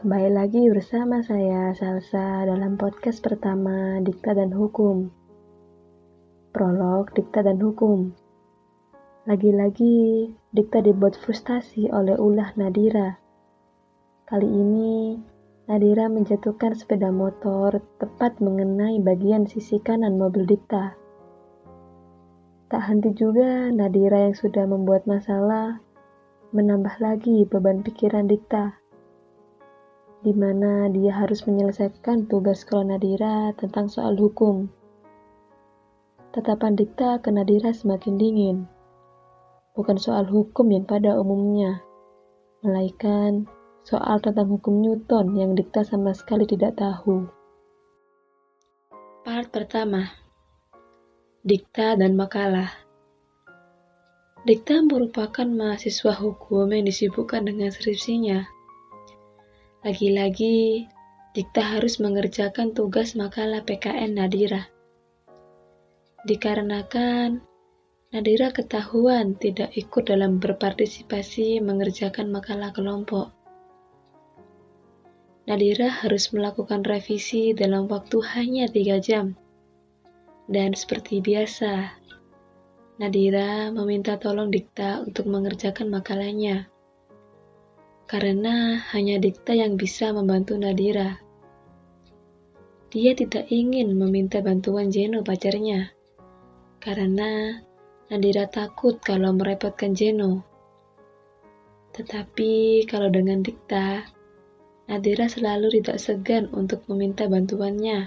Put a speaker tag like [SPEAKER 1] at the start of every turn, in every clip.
[SPEAKER 1] Kembali lagi bersama saya, Salsa, dalam podcast pertama Dikta dan Hukum. Prolog Dikta dan Hukum. Lagi-lagi, Dikta dibuat frustasi oleh ulah Nadira. Kali ini, Nadira menjatuhkan sepeda motor tepat mengenai bagian sisi kanan mobil Dikta. Tak henti juga Nadira yang sudah membuat masalah, menambah lagi beban pikiran Dikta, di mana dia harus menyelesaikan tugas sekolah Nadira tentang soal hukum. Tatapan Dikta ke Nadira semakin dingin. Bukan soal hukum yang pada umumnya, melainkan soal tentang hukum Newton yang Dikta sama sekali tidak tahu. Part pertama, Dikta dan makalah. Dikta merupakan mahasiswa hukum yang disibukkan dengan skripsinya. Lagi-lagi, Dikta harus mengerjakan tugas makalah PKN Nadira. Dikarenakan Nadira ketahuan tidak ikut dalam berpartisipasi mengerjakan makalah kelompok. Nadira harus melakukan revisi dalam waktu hanya 3 jam. Dan seperti biasa, Nadira meminta tolong Dikta untuk mengerjakan makalahnya. Karena hanya Dikta yang bisa membantu Nadira. Dia tidak ingin meminta bantuan Jeno pacarnya, karena Nadira takut kalau merepotkan Jeno. Tetapi kalau dengan Dikta, Nadira selalu tidak segan untuk meminta bantuannya.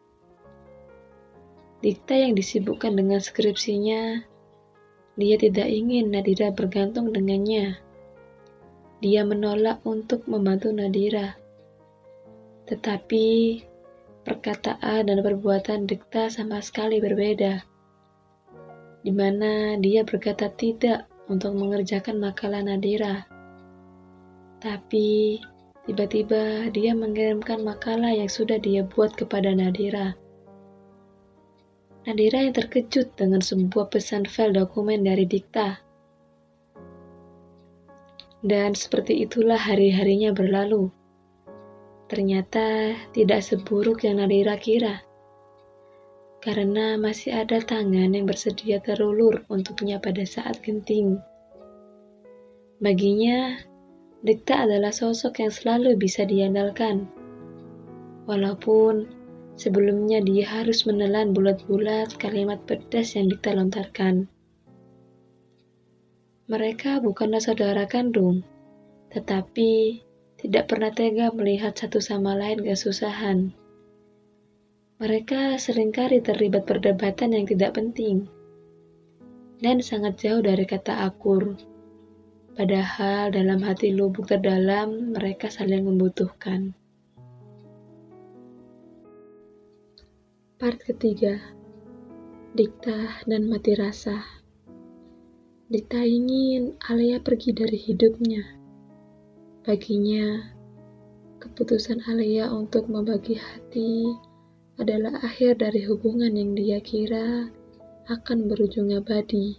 [SPEAKER 1] Dikta yang disibukkan dengan skripsinya, dia tidak ingin Nadira bergantung dengannya. Dia menolak untuk membantu Nadira. Tetapi, perkataan dan perbuatan Dikta sama sekali berbeda, di mana dia berkata tidak untuk mengerjakan makalah Nadira. Tapi, tiba-tiba dia mengirimkan makalah yang sudah dia buat kepada Nadira. Nadira yang terkejut dengan sebuah pesan file dokumen dari Dikta. Dan seperti itulah hari-harinya berlalu. Ternyata tidak seburuk yang Nadira kira. Karena masih ada tangan yang bersedia terulur untuknya pada saat genting. Baginya, Dikta adalah sosok yang selalu bisa diandalkan. Walaupun sebelumnya dia harus menelan bulat-bulat kalimat pedas yang Dikta lontarkan. Mereka bukanlah saudara kandung, tetapi tidak pernah tega melihat satu sama lain kesusahan. Mereka seringkali terlibat perdebatan yang tidak penting, dan sangat jauh dari kata akur. Padahal dalam hati lubuk terdalam mereka saling membutuhkan. Part ketiga, Dikta dan mati rasa. Dikta ingin Alea pergi dari hidupnya. Baginya, keputusan Alea untuk membagi hati adalah akhir dari hubungan yang dia kira akan berujung abadi.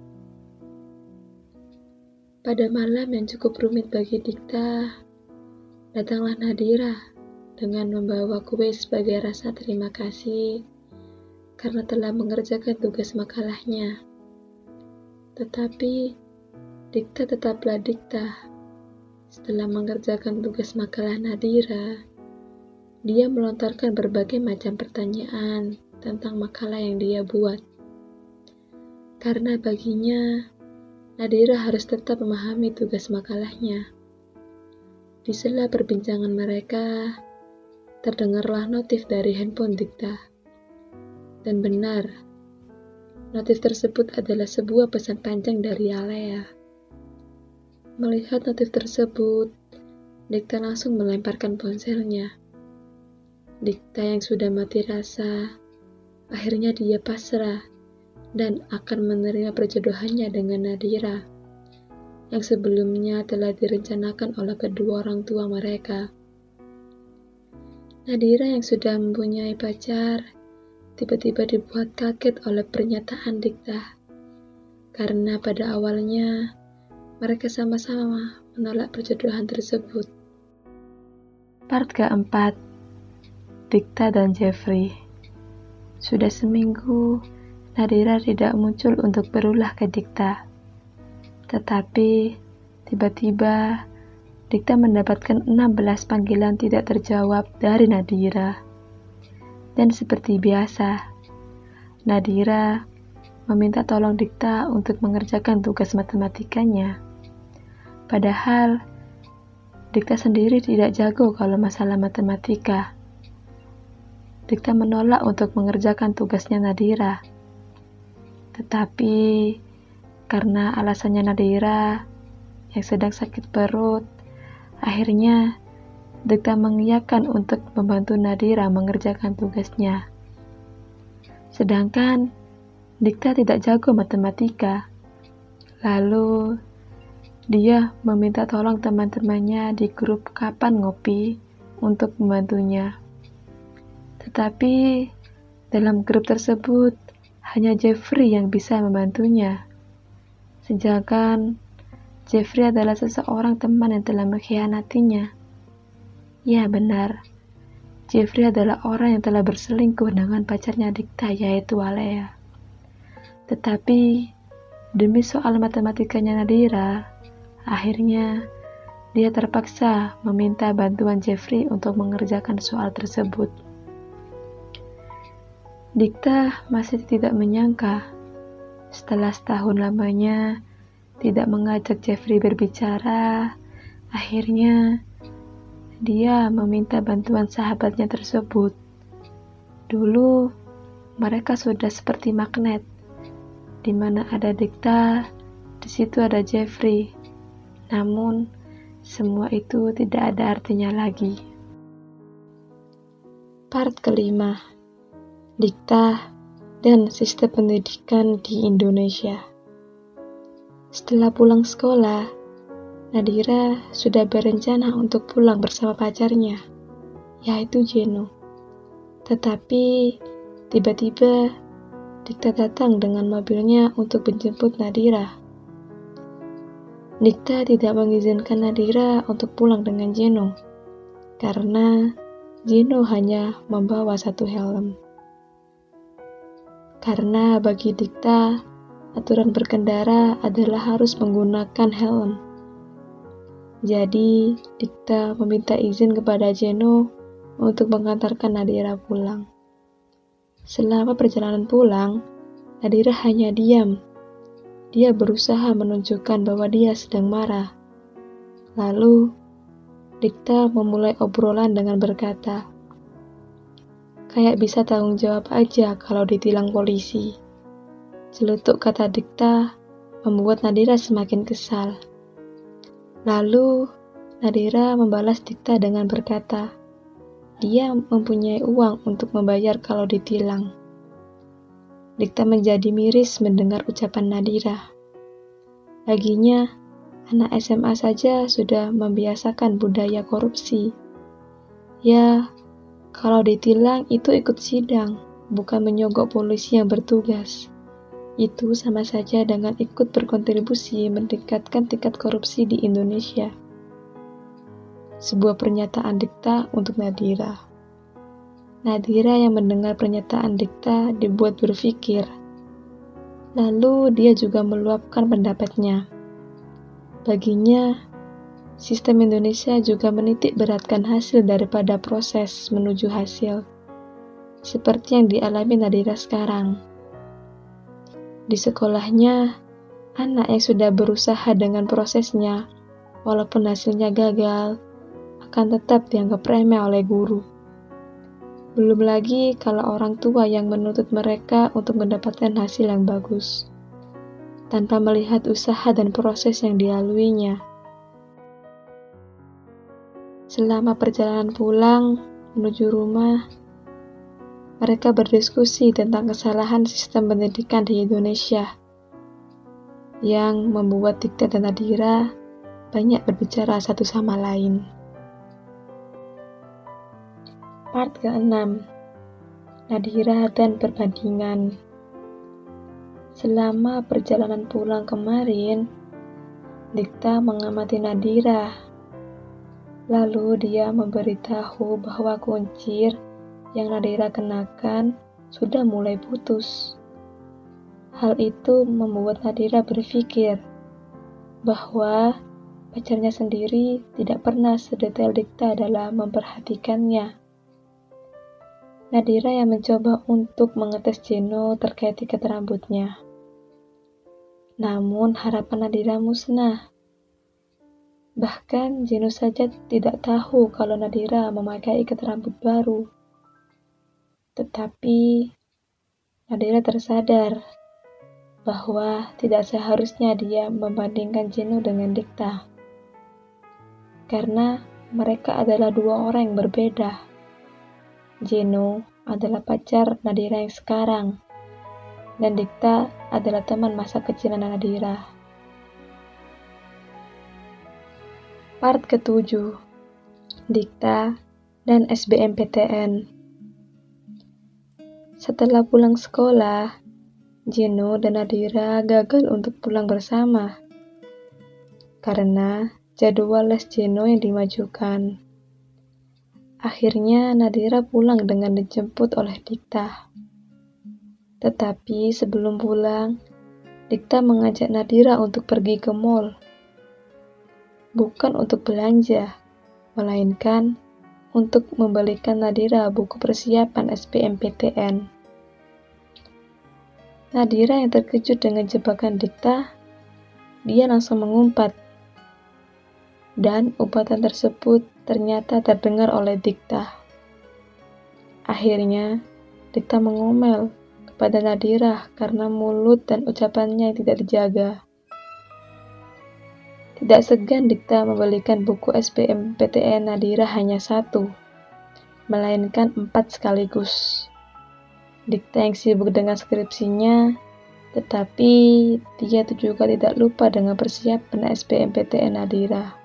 [SPEAKER 1] Pada malam yang cukup rumit bagi Dikta, datanglah Nadira dengan membawa kue sebagai rasa terima kasih karena telah mengerjakan tugas makalahnya. Tetapi, Dikta tetaplah Dikta. Setelah mengerjakan tugas makalah Nadira, dia melontarkan berbagai macam pertanyaan tentang makalah yang dia buat. Karena baginya, Nadira harus tetap memahami tugas makalahnya. Di sela perbincangan mereka, terdengarlah notif dari handphone Dikta. Dan benar, notif tersebut adalah sebuah pesan panjang dari Alea. Melihat notif tersebut, Dikta langsung melemparkan ponselnya. Dikta yang sudah mati rasa, akhirnya dia pasrah dan akan menerima perjodohannya dengan Nadira, yang sebelumnya telah direncanakan oleh kedua orang tua mereka. Nadira yang sudah mempunyai pacar, tiba-tiba dibuat kaget oleh pernyataan Dikta. Karena pada awalnya, mereka sama-sama menolak perjodohan tersebut. Part keempat, Dikta dan Jeffrey. Sudah seminggu, Nadira tidak muncul untuk berulah ke Dikta. Tetapi, tiba-tiba, Dikta mendapatkan 16 panggilan tidak terjawab dari Nadira. Dan seperti biasa, Nadira meminta tolong Dikta untuk mengerjakan tugas matematikanya. Padahal, Dikta sendiri tidak jago kalau masalah matematika. Dikta menolak untuk mengerjakan tugasnya Nadira. Tetapi, karena alasannya Nadira yang sedang sakit perut, akhirnya Dikta mengiyakan untuk membantu Nadira mengerjakan tugasnya. Sedangkan, Dikta tidak jago matematika. Lalu, dia meminta tolong teman-temannya di grup Kapan Ngopi untuk membantunya. Tetapi, dalam grup tersebut, hanya Jeffrey yang bisa membantunya. Sedangkan, Jeffrey adalah seseorang teman yang telah mengkhianatinya. Ya, benar. Jeffrey adalah orang yang telah berselingkuh dengan pacarnya Dikta, yaitu Alea. Tetapi, demi soal matematikanya Nadira, akhirnya dia terpaksa meminta bantuan Jeffrey untuk mengerjakan soal tersebut. Dikta masih tidak menyangka, setelah setahun lamanya tidak mengajak Jeffrey berbicara, akhirnya dia meminta bantuan sahabatnya tersebut. Dulu, mereka sudah seperti magnet, di mana ada Dikta, di situ ada Jeffrey. Namun, semua itu tidak ada artinya lagi. Part kelima, Dikta dan sistem pendidikan di Indonesia. Setelah pulang sekolah, Nadira sudah berencana untuk pulang bersama pacarnya, yaitu Jeno. Tetapi, tiba-tiba Dikta datang dengan mobilnya untuk menjemput Nadira. Dikta tidak mengizinkan Nadira untuk pulang dengan Jeno, karena Jeno hanya membawa satu helm. Karena bagi Dikta, aturan berkendara adalah harus menggunakan helm. Jadi, Dikta meminta izin kepada Jeno untuk mengantarkan Nadira pulang. Selama perjalanan pulang, Nadira hanya diam. Dia berusaha menunjukkan bahwa dia sedang marah. Lalu, Dikta memulai obrolan dengan berkata, "Kayak bisa tanggung jawab aja kalau ditilang polisi." Celetuk kata Dikta membuat Nadira semakin kesal. Lalu, Nadira membalas Dikta dengan berkata, dia mempunyai uang untuk membayar kalau ditilang. Dikta menjadi miris mendengar ucapan Nadira. Baginya, anak SMA saja sudah membiasakan budaya korupsi. Ya, kalau ditilang itu ikut sidang, bukan menyogok polisi yang bertugas. Itu sama saja dengan ikut berkontribusi meningkatkan tingkat korupsi di Indonesia. Sebuah pernyataan Dikta untuk Nadira. Nadira yang mendengar pernyataan Dikta dibuat berpikir. Lalu dia juga meluapkan pendapatnya. Baginya, sistem Indonesia juga menitik beratkan hasil daripada proses menuju hasil, seperti yang dialami Nadira sekarang. Di sekolahnya, anak yang sudah berusaha dengan prosesnya, walaupun hasilnya gagal, akan tetap dianggap remeh oleh guru. Belum lagi kalau orang tua yang menuntut mereka untuk mendapatkan hasil yang bagus, tanpa melihat usaha dan proses yang dilaluinya. Selama perjalanan pulang menuju rumah, mereka berdiskusi tentang kesalahan sistem pendidikan di Indonesia, yang membuat Dikta dan Nadira banyak berbicara satu sama lain. Part ke-6, Nadira dan perbandingan. Selama perjalanan pulang kemarin, Dikta mengamati Nadira. Lalu dia memberitahu bahwa kuncir yang Nadira kenakan sudah mulai putus. Hal itu membuat Nadira berpikir bahwa pacarnya sendiri tidak pernah sedetail Dikta dalam memperhatikannya. Nadira yang mencoba untuk mengetes Jeno terkait ikat rambutnya. Namun harapan Nadira musnah. Bahkan Jeno saja tidak tahu kalau Nadira memakai ikat rambut baru. Tetapi Nadira tersadar bahwa tidak seharusnya dia membandingkan Jeno dengan Dikta. Karena mereka adalah dua orang yang berbeda. Jeno adalah pacar Nadira yang sekarang, dan Dikta adalah teman masa kecil Nadira. Part ke-7, Dikta dan SBMPTN. Setelah pulang sekolah, Jeno dan Nadira gagal untuk pulang bersama karena jadwal les Jeno yang dimajukan. Akhirnya Nadira pulang dengan dijemput oleh Dikta. Tetapi sebelum pulang, Dikta mengajak Nadira untuk pergi ke mall. Bukan untuk belanja, melainkan untuk membelikan Nadira buku persiapan SBMPTN. Nadira yang terkejut dengan jebakan Dikta, dia langsung mengumpat. Dan umpatan tersebut ternyata terdengar oleh Dikta. Akhirnya, Dikta mengomel kepada Nadira karena mulut dan ucapannya yang tidak dijaga. Tidak segan Dikta membelikan buku SBMPTN Nadira hanya 1, melainkan 4 sekaligus. Dikta yang sibuk dengan skripsinya, tetapi dia juga tidak lupa dengan persiapan SBMPTN Nadira.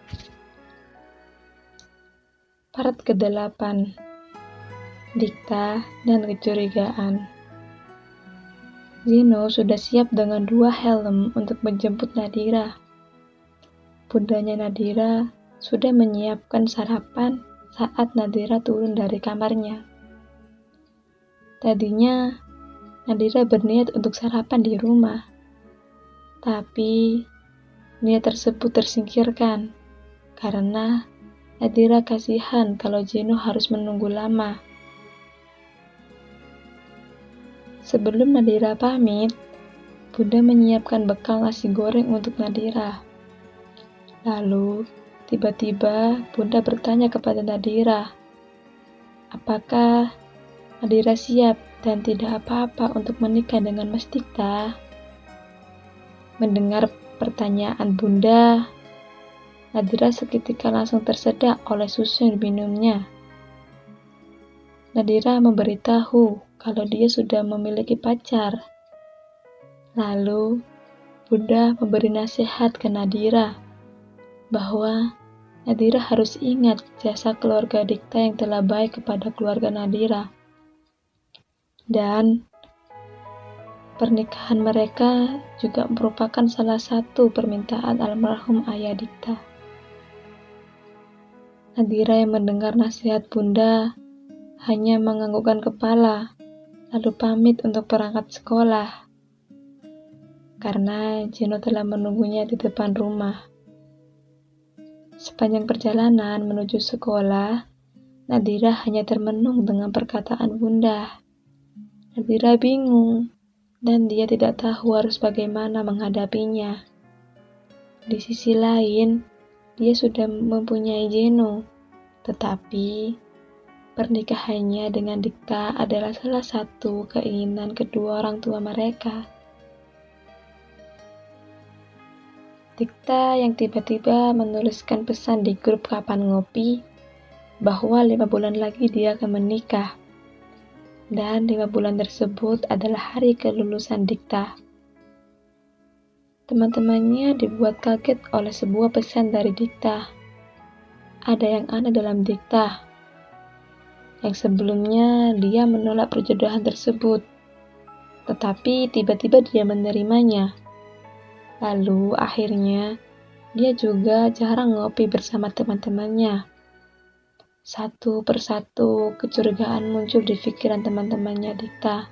[SPEAKER 1] Part ke-8, Dikta dan kecurigaan. Jeno sudah siap dengan 2 helm untuk menjemput Nadira. Bundanya Nadira sudah menyiapkan sarapan saat Nadira turun dari kamarnya. Tadinya, Nadira berniat untuk sarapan di rumah. Tapi, niat tersebut tersingkirkan karena Nadira kasihan kalau Jeno harus menunggu lama. Sebelum Nadira pamit, Bunda menyiapkan bekal nasi goreng untuk Nadira. Lalu, tiba-tiba Bunda bertanya kepada Nadira, apakah Nadira siap dan tidak apa-apa untuk menikah dengan Mas Dikta? Mendengar pertanyaan Bunda, Nadira seketika langsung tersedak oleh susu yang diminumnya. Nadira memberitahu kalau dia sudah memiliki pacar. Lalu, Bunda memberi nasihat ke Nadira bahwa Nadira harus ingat jasa keluarga Dikta yang telah baik kepada keluarga Nadira. Dan pernikahan mereka juga merupakan salah satu permintaan almarhum ayah Dikta. Nadira yang mendengar nasihat Bunda hanya menganggukkan kepala, lalu pamit untuk berangkat sekolah. Karena Jeno telah menunggunya di depan rumah. Sepanjang perjalanan menuju sekolah, Nadira hanya termenung dengan perkataan Bunda. Nadira bingung, dan dia tidak tahu harus bagaimana menghadapinya. Di sisi lain, dia sudah mempunyai Jeno, tetapi pernikahannya dengan Dikta adalah salah satu keinginan kedua orang tua mereka. Dikta yang tiba-tiba menuliskan pesan di grup Kapan Ngopi bahwa 5 bulan lagi dia akan menikah. Dan 5 bulan tersebut adalah hari kelulusan Dikta. Teman-temannya dibuat kaget oleh sebuah pesan dari Dikta. Ada yang aneh dalam Dikta. Yang sebelumnya dia menolak perjodohan tersebut. Tetapi tiba-tiba dia menerimanya. Lalu akhirnya Dia juga jarang ngopi bersama teman-temannya. Satu persatu kecurigaan muncul di pikiran teman-temannya Dikta.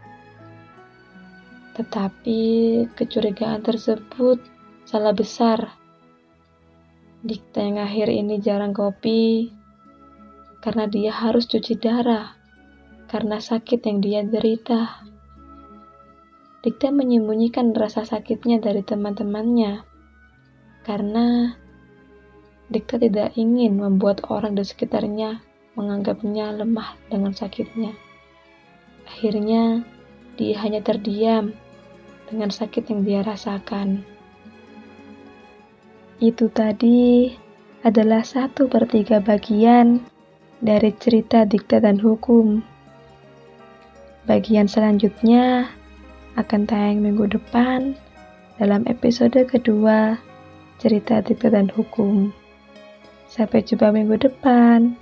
[SPEAKER 1] Tetapi kecurigaan tersebut salah besar. Dikta yang akhir ini jarang kopi karena dia harus cuci darah karena sakit yang dia derita. Dikta menyembunyikan rasa sakitnya dari teman-temannya karena Dikta tidak ingin membuat orang di sekitarnya menganggapnya lemah dengan sakitnya. Akhirnya, dia hanya terdiam dengan sakit yang dia rasakan. Itu tadi adalah 1/3 bagian dari cerita Dikta dan Hukum. Bagian selanjutnya akan tayang minggu depan dalam episode kedua cerita Dikta dan Hukum. Sampai jumpa minggu depan.